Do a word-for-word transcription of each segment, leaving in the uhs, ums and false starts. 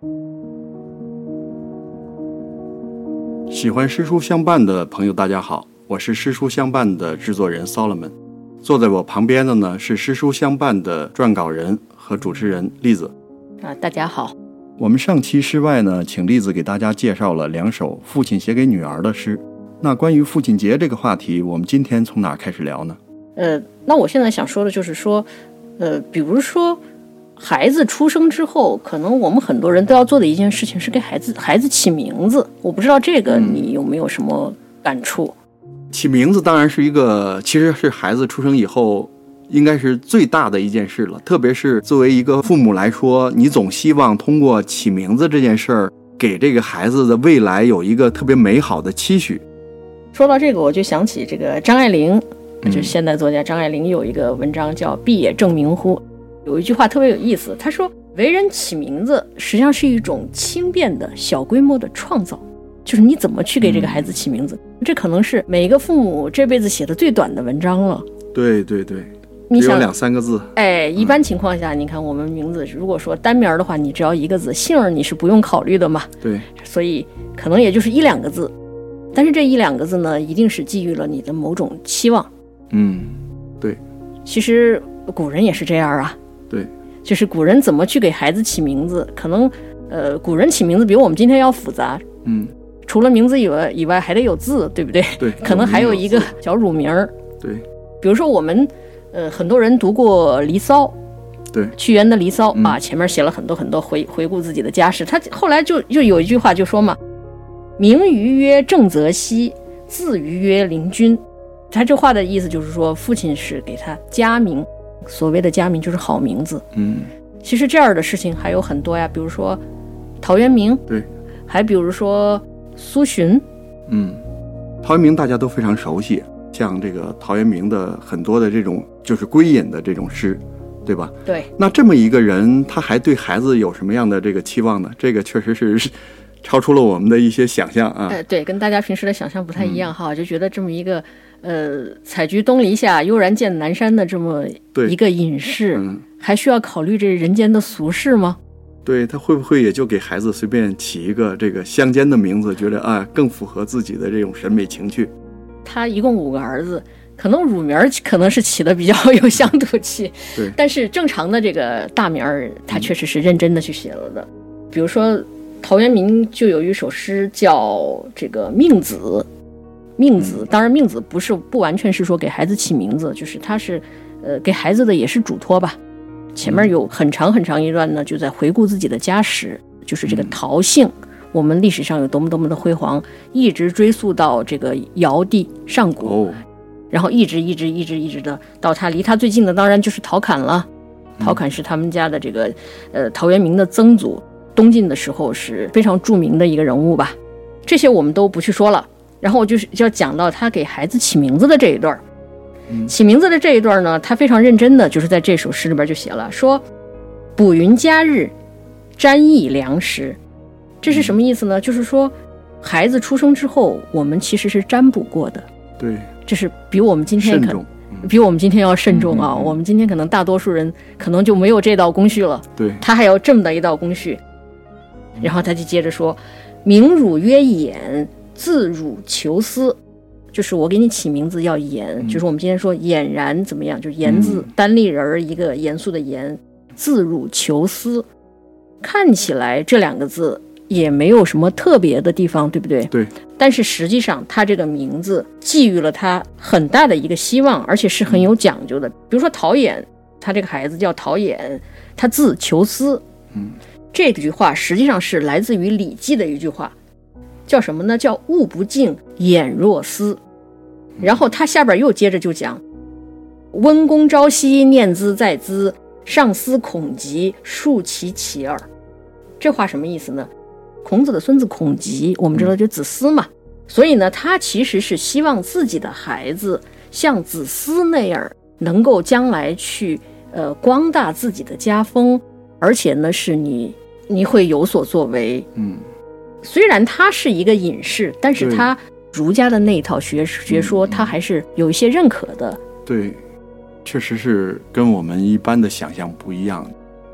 喜欢诗书相伴的朋友大家好，我是诗书相伴的制作人 Solomon， 坐在我旁边的呢是诗书相伴的撰稿人和主持人栗子。 啊，大家好。 我们上期诗外呢，请栗子给大家介绍了两首父亲写给女儿的诗。那关于父亲节这个话题，我们今天从哪开始聊呢？ 呃，那我现在想说的就是说，呃，比如说孩子出生之后，可能我们很多人都要做的一件事情是给孩子孩子起名字。我不知道这个你有没有什么感触？ 嗯、起名字当然是一个，其实是孩子出生以后应该是最大的一件事了。特别是作为一个父母来说，你总希望通过起名字这件事儿，给这个孩子的未来有一个特别美好的期许。 说到这个，我就想起这个张爱玲，就是现代作家张爱玲有一个文章叫《毕也正名乎》，有一句话特别有意思，她说为人起名字实际上是一种轻便的小规模的创造，就是你怎么去给这个孩子起名字、嗯、这可能是每个父母这辈子写的最短的文章了。对对对，只有两三个字。哎，一般情况下、嗯、你看我们名字如果说单名的话，你只要一个字，姓你是不用考虑的嘛。对，所以可能也就是一两个字，但是这一两个字呢，一定是基于了你的某种期望。嗯，对。其实古人也是这样啊。对，就是古人怎么去给孩子起名字，可能呃，古人起名字比我们今天要复杂。嗯，除了名字以外以外还得有字，对不对？对，可能还有一个叫乳名。对，比如说我们呃很多人读过《离骚》，对，屈原的《离骚》嗯、啊，前面写了很多很多回回顾自己的家事。他后来就就有一句话就说嘛，名于曰正则熙，字于曰灵均。他这话的意思就是说，父亲是给他家名，所谓的家名就是好名字。嗯，其实这样的事情还有很多呀，比如说陶渊明，对，还比如说苏洵。嗯，陶渊明大家都非常熟悉，像这个陶渊明的很多的这种就是归隐的这种诗，对吧？对。那这么一个人，他还对孩子有什么样的这个期望呢？这个确实是超出了我们的一些想象啊。呃，对，跟大家平时的想象不太一样哈，嗯、就觉得这么一个呃采菊东篱下，悠然见南山的这么一个隐士，嗯、还需要考虑这人间的俗事吗？对，他会不会也就给孩子随便起一个这个乡间的名字，觉得啊更符合自己的这种审美情趣？他一共五个儿子，可能乳名可能是起的比较有乡土气，对，但是正常的这个大名他确实是认真的去写了的。嗯、比如说陶渊明就有一首诗叫这个命子。命子当然命子不是不完全是说给孩子起名字，就是他是呃给孩子的也是嘱托吧。前面有很长很长一段呢，就在回顾自己的家史，就是这个陶姓、嗯、我们历史上有多么多么的辉煌，一直追溯到这个尧帝上古、哦、然后一直一直一直一直的到他离他最近的当然就是陶侃了。陶侃是他们家的这个呃陶渊明的曾祖，东晋的时候是非常著名的一个人物吧。这些我们都不去说了，然后我就是要讲到他给孩子起名字的这一段。嗯、起名字的这一段呢，他非常认真的就是在这首诗里边就写了，说卜云佳日，占益良时。这是什么意思呢？就是说孩子出生之后，我们其实是占卜过的。对，这是比我们今天可能比我们今天要慎重啊、嗯、我们今天可能大多数人可能就没有这道工序了。对，他还有这么的一道工序。然后他就接着说，名汝曰俨，字汝求思。就是我给你起名字要严、嗯、就是我们今天说俨然怎么样，就是言字、嗯、单立人一个严肃的严，字汝求思。看起来这两个字也没有什么特别的地方，对不对？对。但是实际上他这个名字寄予了他很大的一个希望，而且是很有讲究的。比如说陶俨，他这个孩子叫陶俨，他字求思。嗯，这句话实际上是来自于《礼记》的一句话，叫什么呢？叫物不敬，俨若思。然后他下边又接着就讲，温公朝夕，念兹在兹，上思孔伋，述其其耳。这话什么意思呢？孔子的孙子孔伋，我们知道就子思嘛，所以呢，他其实是希望自己的孩子像子思那样，能够将来去呃光大自己的家风，而且呢是你你会有所作为。嗯，虽然他是一个隐士，但是他儒家的那一套学学说，他还是有一些认可的。对，确实是跟我们一般的想象不一样。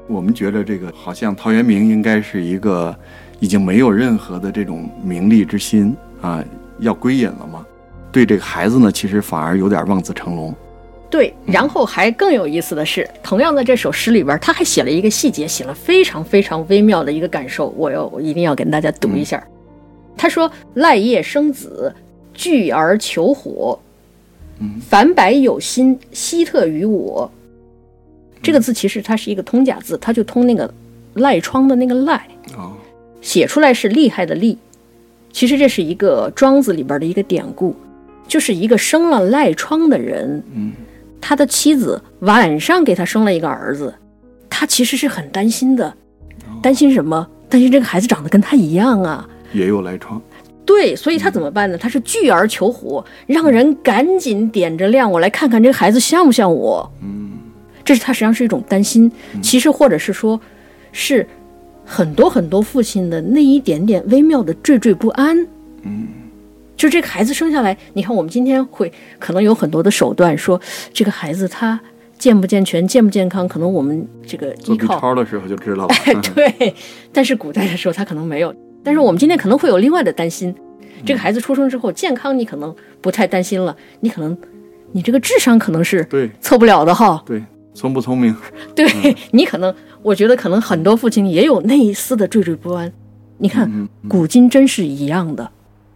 我们觉得这个好像陶渊明应该是一个已经没有任何的这种名利之心啊，要归隐了嘛。对这个孩子呢，其实反而有点望子成龙。 对，然后还更有意思的是，同样的这首诗里边，他还写了一个细节，写了非常非常微妙的一个感受，我要我一定要跟大家读一下。嗯、他说：“赖叶生子，聚而求火，凡百有心，希特于我。”这个字其实它是一个通假字，它就通那个赖窗的那个赖，哦，写出来是厉害的厉。其实这是一个庄子里边的一个典故，就是一个生了赖疮的人，嗯。他的妻子晚上给他生了一个儿子，他其实是很担心的，担心什么？担心这个孩子长得跟他一样啊， 也有赖疮。 对，所以他怎么办呢？他是聚而求火，让人赶紧点着亮，我来看看这个孩子像不像我。嗯，这是他实际上是一种担心，其实或者是说，是很多很多父亲的那一点点微妙的惴惴不安。嗯。就这个孩子生下来，你看我们今天会可能有很多的手段，说这个孩子他健不健全、健不健康，可能我们这个依靠做 B 超的时候就知道了。 哎，对，但是古代的时候他可能没有，但是我们今天可能会有另外的担心。这个孩子出生之后健康，你可能不太担心了，你可能你这个智商可能是测不了的哈。 对，聪不聪明？ 对、嗯、你可能，我觉得可能很多父亲也有那一丝的惴惴不安。你看，嗯嗯、古今真是一样的。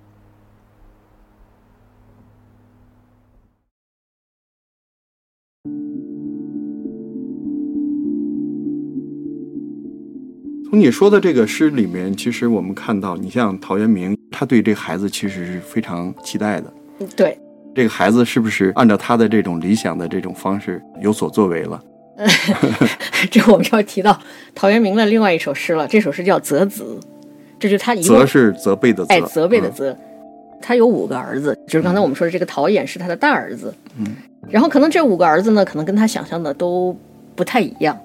从你说的这个诗里面，其实我们看到，你像陶渊明，他对这个孩子其实是非常期待的。 对， 这个孩子是不是按照他的这种理想的这种方式有所作为了？ 这我们要提到陶渊明的另外一首诗了，这首诗叫《责子》，这就是他一责是责备的责， 哎，责备的责。嗯、他有五个儿子，就是刚才我们说的这个陶衍是他的大儿子。嗯，然后可能这五个儿子呢，可能跟他想象的都不太一样。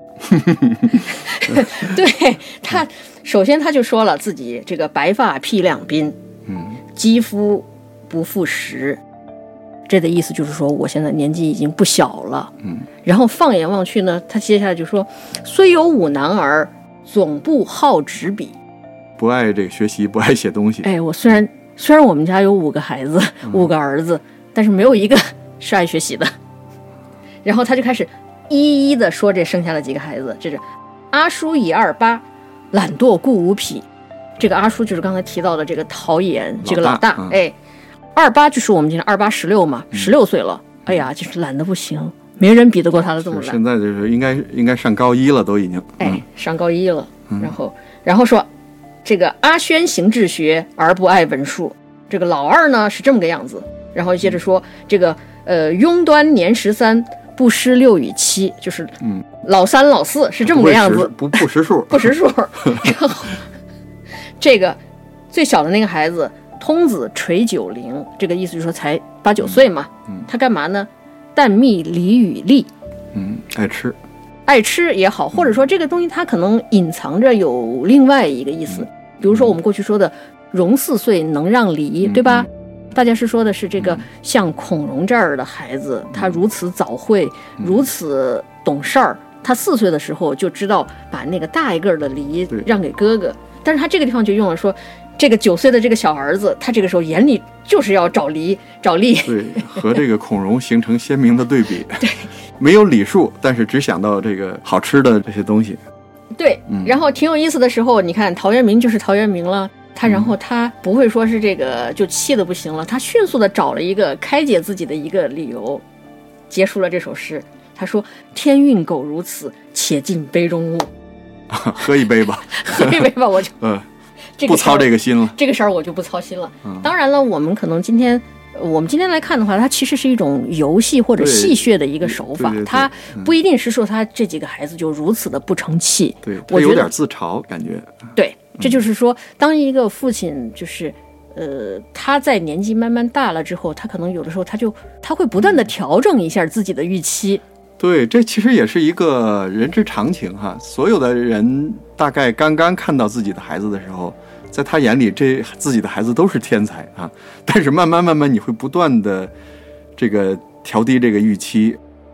对，他首先他就说了自己这个白发披两鬓，嗯，肌肤不复实，这的意思就是说我现在年纪已经不小了，嗯，然后放眼望去呢，他接下来就说虽有五男儿，总不好执笔， 不爱这个学习，不爱写东西。 哎，我虽然虽然我们家有五个孩子，五个儿子，但是没有一个是爱学习的。然后他就开始一一的说这剩下的几个孩子，这是阿叔以二八，懒惰故无匹。这个阿叔就是刚才提到的这个陶衍，这个老大，嗯、哎，二八就是我们今天二八十六嘛，十六岁了，嗯、哎呀，就是懒得不行，没人比得过他的这么懒。 现在就是应该应该上高一了，都已经， 哎，嗯、上高一了，嗯、然后然后说这个阿宣行治学而不爱文术，这个老二呢是这么个样子，然后接着说这个呃庸端年十三。不识六与七，就是嗯，老三老四是这么个样子， 不不识数， 不识数。然后这个最小的那个孩子通子垂九龄，这个意思就是说才八九岁嘛。嗯，他干嘛呢？淡蜜梨与栗， 嗯，爱吃， 爱吃也好，或者说这个东西它可能隐藏着有另外一个意思，比如说我们过去说的融四岁能让梨，对吧？大家是说的是这个像孔融这儿的孩子，他如此早慧，如此懂事儿，他四岁的时候就知道把那个大一个的梨让给哥哥，但是他这个地方就用了说这个九岁的这个小儿子，他这个时候眼里就是要找梨找栗， 对，和这个孔融形成鲜明的对比。对，没有礼数，但是只想到这个好吃的这些东西。 对，嗯、然后挺有意思的时候，你看陶渊明就是陶渊明了。他然后他不会说是这个就气得不行了，他迅速的找了一个开解自己的一个理由，结束了这首诗。他说：“天运苟如此，且尽杯中物。” 喝一杯吧， 喝一杯吧，我就嗯，不操这个心了。 这个事儿我就不操心了。嗯、当然了，我们可能今天我们今天来看的话，它其实是一种游戏或者戏谑的一个手法，它不一定是说他这几个孩子就如此的不成器。 对，我有点自嘲感觉。 对。这就是说，当一个父亲就是，呃，他在年纪慢慢大了之后，他可能有的时候他就他会不断的调整一下自己的预期。 对，这其实也是一个人之常情哈。所有的人大概刚刚看到自己的孩子的时候，在他眼里这自己的孩子都是天才啊。但是慢慢慢慢你会不断的这个调低这个预期，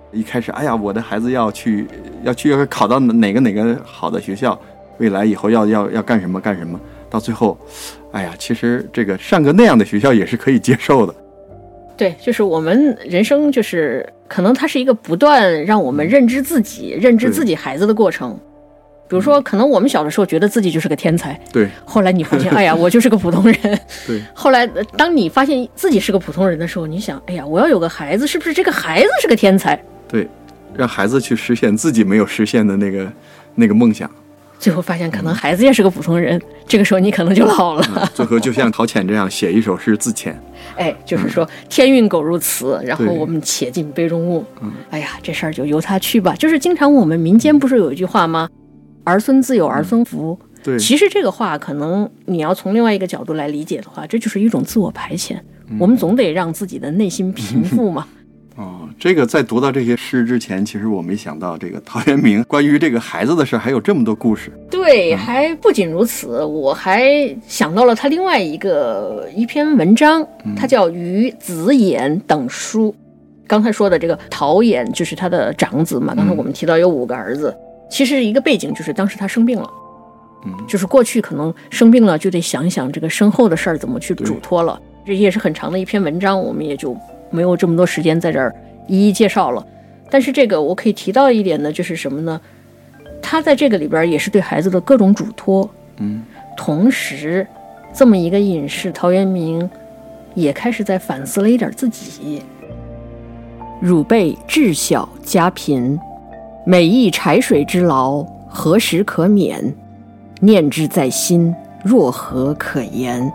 一开始，哎呀，我的孩子要去要去要考到哪个哪个好的学校，未来以后要要要干什么干什么，到最后，哎呀，其实这个上个那样的学校也是可以接受的。 对，就是我们人生就是可能它是一个不断让我们认知自己、认知自己孩子的过程。比如说，可能我们小的时候觉得自己就是个天才， 对。 后来你发现，哎呀，我就是个普通人， 对。 后来，当你发现自己是个普通人的时候，你想，哎呀，我要有个孩子，是不是这个孩子是个天才？ 对，让孩子去实现自己没有实现的那个那个梦想。 最后发现，可能孩子也是个普通人，嗯、这个时候你可能就老了。 嗯、最后就像陶潜这样写一首诗自遣。 哎，就是说、嗯、天运狗入词，然后我们且尽杯中物。嗯，哎呀，这事儿就由他去吧。就是经常我们民间不是有一句话吗？儿孙自有儿孙福。 嗯、对， 其实这个话可能你要从另外一个角度来理解的话，这就是一种自我排遣。嗯、我们总得让自己的内心平复嘛。 哦，这个在读到这些诗之前，其实我没想到这个陶渊明关于这个孩子的事还有这么多故事。 对，还不仅如此，我还想到了他另外一个一篇文章，它叫《与子衍等书》。刚才说的这个陶衍就是他的长子嘛，刚才我们提到有五个儿子。其实一个背景就是当时他生病了，嗯，就是过去可能生病了就得想想这个身后的事儿怎么去嘱托了。这也是很长的一篇文章，我们也就没有这么多时间在这儿一一介绍了。但是这个我可以提到一点呢，就是什么呢？他在这个里边也是对孩子的各种嘱托，嗯，同时这么一个隐士陶渊明也开始在反思了一点自己。汝辈至小家贫，每益柴水之劳，何时可免？念之在心，若何可言？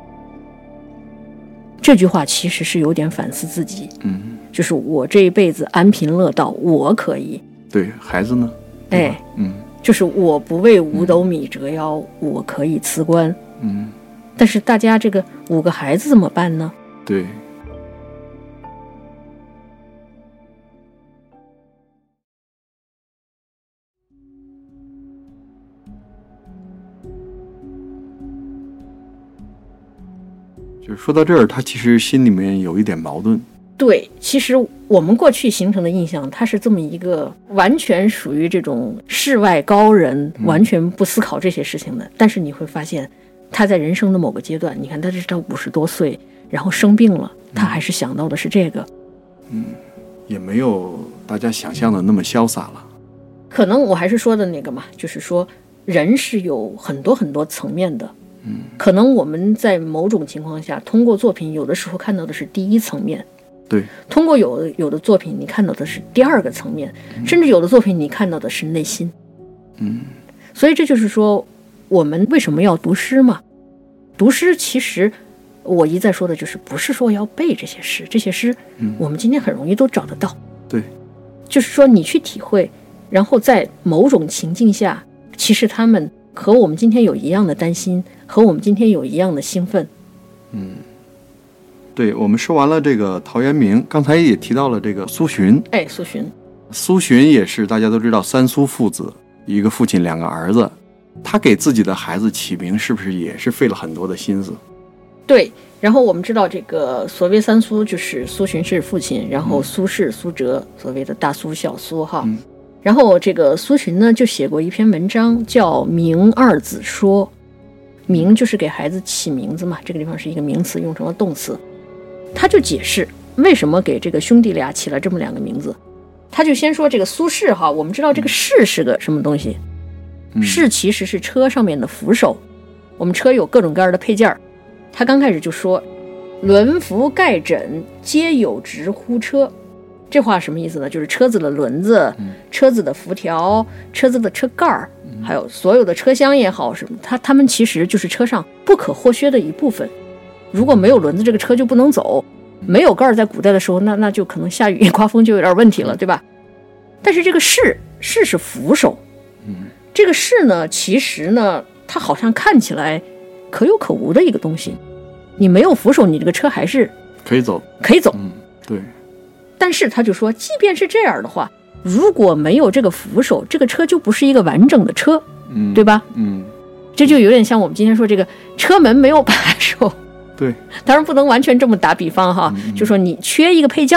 这句话其实是有点反思自己，嗯，就是我这一辈子安贫乐道，我可以。 对，孩子呢？ 哎，嗯，就是我不为五斗米折腰，嗯、我可以辞官。嗯，但是大家这个五个孩子怎么办呢？ 对。就是说到这儿，他其实心里面有一点矛盾。 对，其实我们过去形成的印象，他是这么一个完全属于这种世外高人，嗯、完全不思考这些事情的。但是你会发现，他在人生的某个阶段，你看他这到五十多岁，然后生病了，他还是想到的是这个。 嗯，也没有大家想象的那么潇洒了。 可能我还是说的那个嘛，就是说人是有很多很多层面的。嗯，可能我们在某种情况下通过作品有的时候看到的是第一层面， 对， 通过有的有的作品你看到的是第二个层面，嗯、甚至有的作品你看到的是内心。嗯，所以这就是说我们为什么要读诗嘛？读诗其实我一再说的就是不是说要背这些诗，这些诗、嗯、我们今天很容易都找得到。 对， 就是说你去体会，然后在某种情境下，其实他们和我们今天有一样的担心，和我们今天有一样的兴奋。 嗯，对，我们说完了这个陶渊明，刚才也提到了这个苏洵。 哎，苏洵， 苏洵也是大家都知道三苏父子，一个父亲两个儿子，他给自己的孩子起名是不是也是费了很多的心思？ 对，然后我们知道这个所谓三苏，就是苏洵是父亲，然后苏轼、苏辙，所谓的大苏小苏哈。嗯，然后这个苏洵呢就写过一篇文章叫《名二子说》，名就是给孩子起名字嘛，这个地方是一个名词用成了动词。他就解释为什么给这个兄弟俩起了这么两个名字。他就先说这个苏轼哈，我们知道这个轼是个什么东西？轼其实是车上面的扶手，我们车有各种各样的配件。他刚开始就说轮扶盖枕皆有直乎车，这话什么意思呢？就是车子的轮子、车子的辐条、车子的车盖儿，还有所有的车厢也好什么，它它们其实就是车上不可或缺的一部分。如果没有轮子，这个车就不能走；没有盖儿，在古代的时候，那那就可能下雨刮风就有点问题了，对吧？但是这个轼轼是扶手，这个轼呢，其实呢，它好像看起来可有可无的一个东西。你没有扶手，你这个车还是可以走， 可以走。 嗯，对。 但是他就说，即便是这样的话，如果没有这个扶手，这个车就不是一个完整的车，嗯，对吧？ 嗯， 这就有点像我们今天说这个车门没有把手。 对， 当然不能完全这么打比方哈，嗯、就说你缺一个配件儿，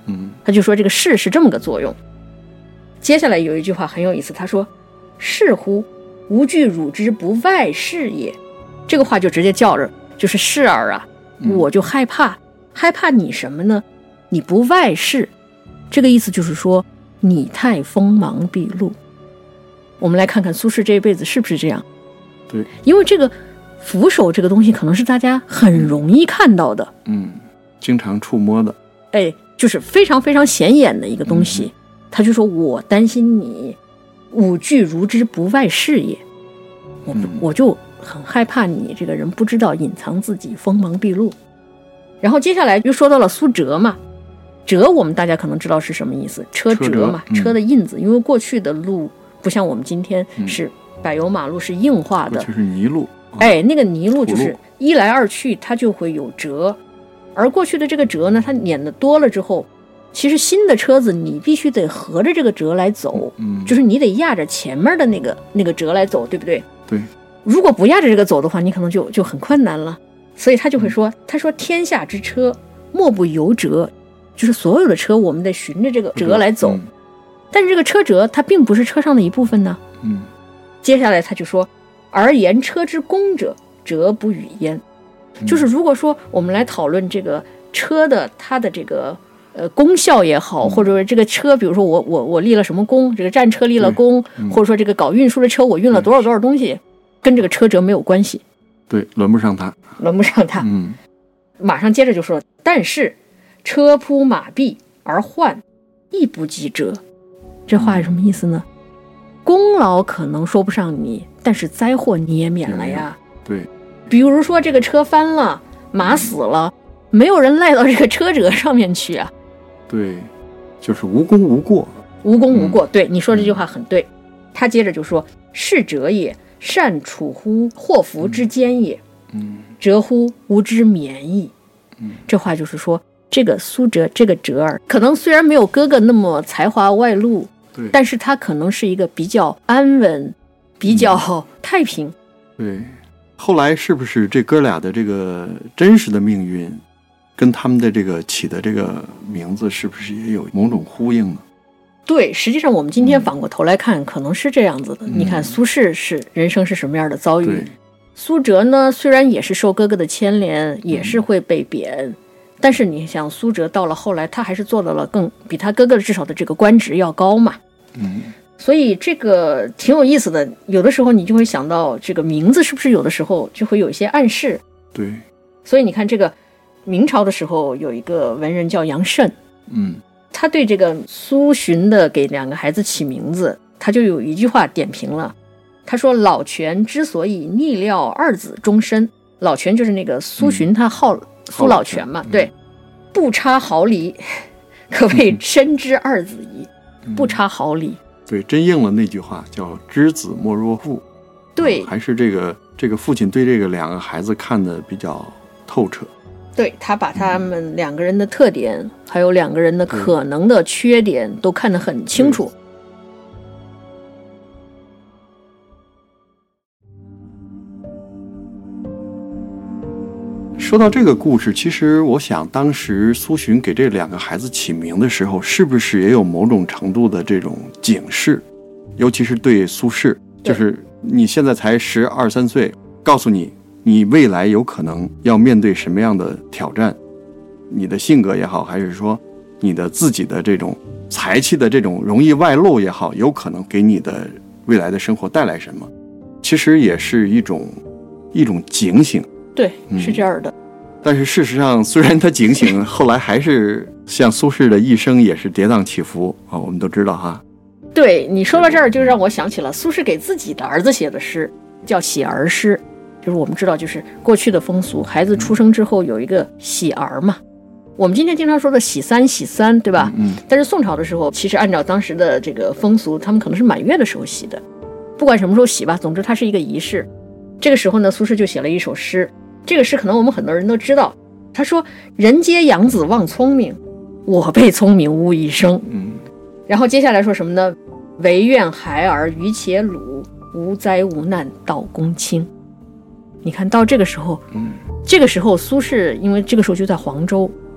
嗯， 他就说这个士是这么个作用。接下来有一句话很有意思，他说士乎，吾惧汝之不外事也。这个话就直接叫着就是士儿啊，我就害怕、嗯、害怕你什么呢？你不外事。这个意思就是说你太锋芒毕露。我们来看看苏轼这一辈子是不是这样。 对， 因为这个扶手这个东西可能是大家很容易看到的， 嗯，经常触摸的， 哎，就是非常非常显眼的一个东西、嗯、他就说我担心你，吾惧如之不外事也，我、嗯、我就很害怕你这个人不知道隐藏自己，锋芒毕露。然后接下来又说到了苏辙嘛，辙我们大家可能知道是什么意思，车辙嘛， 车,、嗯、车的印子，因为过去的路不像我们今天是柏油马路，是硬化的， 就是泥路， 哎，那个泥路就是一来二去它就会有辙，而过去的这个辙呢，它碾的多了之后，其实新的车子你必须得合着这个辙来走， 嗯， 就是你得压着前面的那个那个辙来走，对不对？ 对。 如果不压着这个走的话，你可能就就很困难了。所以他就会说，他说天下之车莫不由辙，就是所有的车我们得循着这个辙来走、嗯、但是这个车辙它并不是车上的一部分呢。 嗯， 接下来他就说而言车之功者，辙不与焉、嗯、就是如果说我们来讨论这个车的它的这个呃功效也好、嗯、或者这个车比如说我我我立了什么功，这个战车立了功、嗯、或者说这个搞运输的车我运了多少多少东西、嗯、跟这个车辙没有关系， 对，轮不上它， 轮不上它。 嗯， 马上接着就说但是车扑马弊而患亦不及辙。这话是什么意思呢？功劳可能说不上你，但是灾祸你也免了呀。 对， 比如说这个车翻了，马死了，没有人赖到这个车辙上面去啊。 对，就是无功无过， 无功无过、嗯、对，你说这句话很对。他接着就说是辙也，善处乎祸福之间也， 嗯， 辙乎吾之免矣。 嗯， 这话就是说这个苏辙这个辙儿可能虽然没有哥哥那么才华外露， 对， 但是他可能是一个比较安稳比较太平、 嗯、对。后来是不是这哥俩的这个真实的命运跟他们的这个起的这个名字是不是也有某种呼应呢？ 对，实际上我们今天反过头来看、嗯、可能是这样子的、嗯、你看苏轼是人生是什么样的遭遇，苏辙呢虽然也是受哥哥的牵连，也是会被贬、嗯，但是你想苏辙到了后来他还是做到了更比他哥哥至少的这个官职要高嘛。 嗯， 所以这个挺有意思的，有的时候你就会想到这个名字是不是有的时候就会有一些暗示。 对， 所以你看这个明朝的时候有一个文人叫杨慎， 嗯， 他对这个苏洵的给两个孩子起名字，他就有一句话点评了，他说老泉之所以逆料二子终身，老泉就是那个苏洵他号、嗯苏老泉嘛，对，不差毫厘，可谓深知二子矣、嗯。不差毫厘， 对，真应了那句话，叫知子莫若父。 对、 嗯，还是这个这个父亲对这个两个孩子看得比较透彻。 对，他把他们两个人的特点、嗯、还有两个人的可能的缺点都看得很清楚。 说到这个故事，其实我想当时苏洵给这两个孩子起名的时候，是不是也有某种程度的这种警示，尤其是对苏轼，就是你现在才十二三岁，告诉你你未来有可能要面对什么样的挑战，你的性格也好，还是说你的自己的这种才气的这种容易外露也好，有可能给你的未来的生活带来什么，其实也是一种一种警醒。 对，是这样的、嗯、 但是事实上虽然他警醒，后来还是像苏轼的一生也是跌宕起伏啊、哦，我们都知道哈。 对，你说到这儿就让我想起了苏轼给自己的儿子写的诗，叫喜儿诗，就是我们知道就是过去的风俗，孩子出生之后有一个喜儿嘛，我们今天经常说的喜三喜三，对吧？ 嗯， 但是宋朝的时候其实按照当时的这个风俗，他们可能是满月的时候喜的，不管什么时候喜吧，总之它是一个仪式。这个时候呢，苏轼就写了一首诗，这个诗可能我们很多人都知道，他说人皆养子望聪明，我辈聪明误一生。 嗯， 然后接下来说什么呢？唯愿孩儿愚且鲁，无灾无难到公卿。你看到这个时候， 嗯， 这个时候苏轼因为这个时候就在黄州，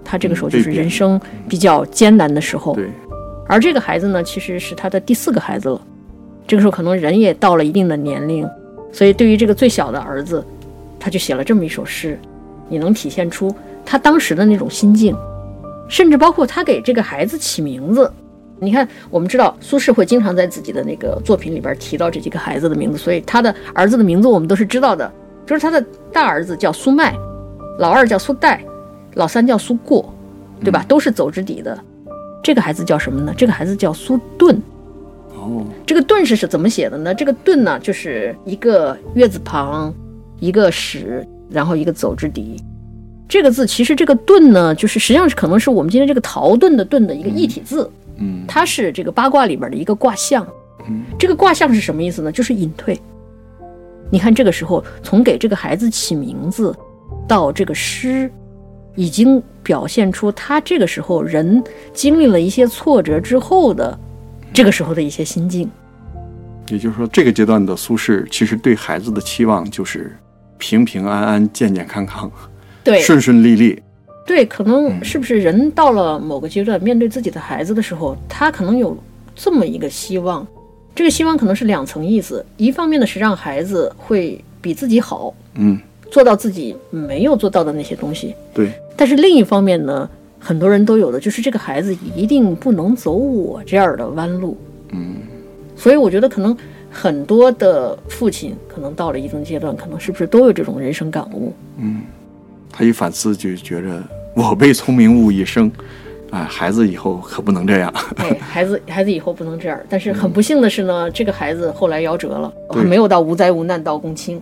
他这个时候就是人生比较艰难的时候。 对。 而这个孩子呢，其实是他的第四个孩子了。这个时候可能人也到了一定的年龄，所以对于这个最小的儿子，他就写了这么一首诗，你能体现出他当时的那种心境，甚至包括他给这个孩子起名字。你看，我们知道苏轼会经常在自己的那个作品里边提到这几个孩子的名字，所以他的儿子的名字我们都是知道的，就是他的大儿子叫苏迈，老二叫苏代，老三叫苏过，对吧？都是走之底的。这个孩子叫什么呢？这个孩子叫苏顿。 哦， 这个顿是是怎么写的呢？这个顿呢，就是一个月字旁，一个始，然后一个走之底。这个字其实这个顿呢，就是实际上是可能是我们今天这个陶顿的顿的一个异体字。 嗯， 它是这个八卦里边的一个卦象。 嗯， 这个卦象是什么意思呢？就是隐退。你看这个时候从给这个孩子起名字到这个诗，已经表现出他这个时候人经历了一些挫折之后的这个时候的一些心境。 也就是说，这个阶段的苏轼其实对孩子的期望就是平平安安、健健康康， 对， 顺顺利利。 对，可能是不是人到了某个阶段，面对自己的孩子的时候，他可能有这么一个希望。这个希望可能是两层意思，一方面呢是让孩子会比自己好， 嗯， 做到自己没有做到的那些东西。 对。 但是另一方面呢，很多人都有的就是这个孩子一定不能走我这样的弯路。 嗯。 所以我觉得可能很多的父亲可能到了一定阶段，可能是不是都有这种人生感悟。 嗯。他一反思就觉着我辈聪明误一生，哎，孩子以后可不能这样。 哎，孩子孩子以后不能这样。但是很不幸的是呢，嗯、这个孩子后来夭折了，没有到无灾无难到公卿。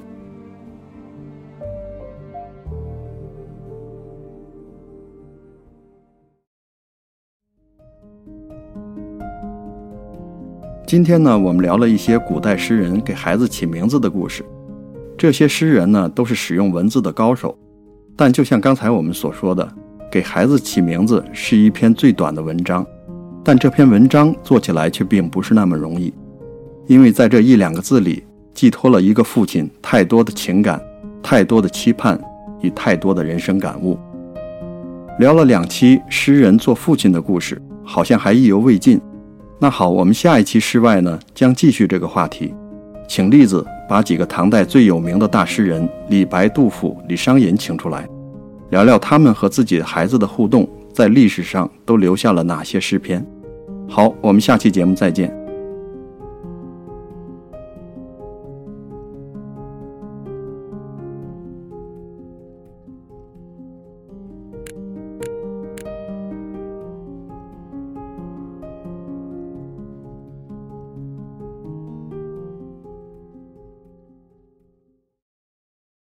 今天呢，我们聊了一些古代诗人给孩子起名字的故事。这些诗人呢，都是使用文字的高手。但就像刚才我们所说的，给孩子起名字是一篇最短的文章，但这篇文章做起来却并不是那么容易，因为在这一两个字里寄托了一个父亲太多的情感、太多的期盼与太多的人生感悟。聊了两期诗人做父亲的故事，好像还意犹未尽。那好，我们下一期诗外呢，将继续这个话题，请栗子把几个唐代最有名的大诗人李白、杜甫、李商隐请出来，聊聊他们和自己的孩子的互动，在历史上都留下了哪些诗篇。好，我们下期节目再见。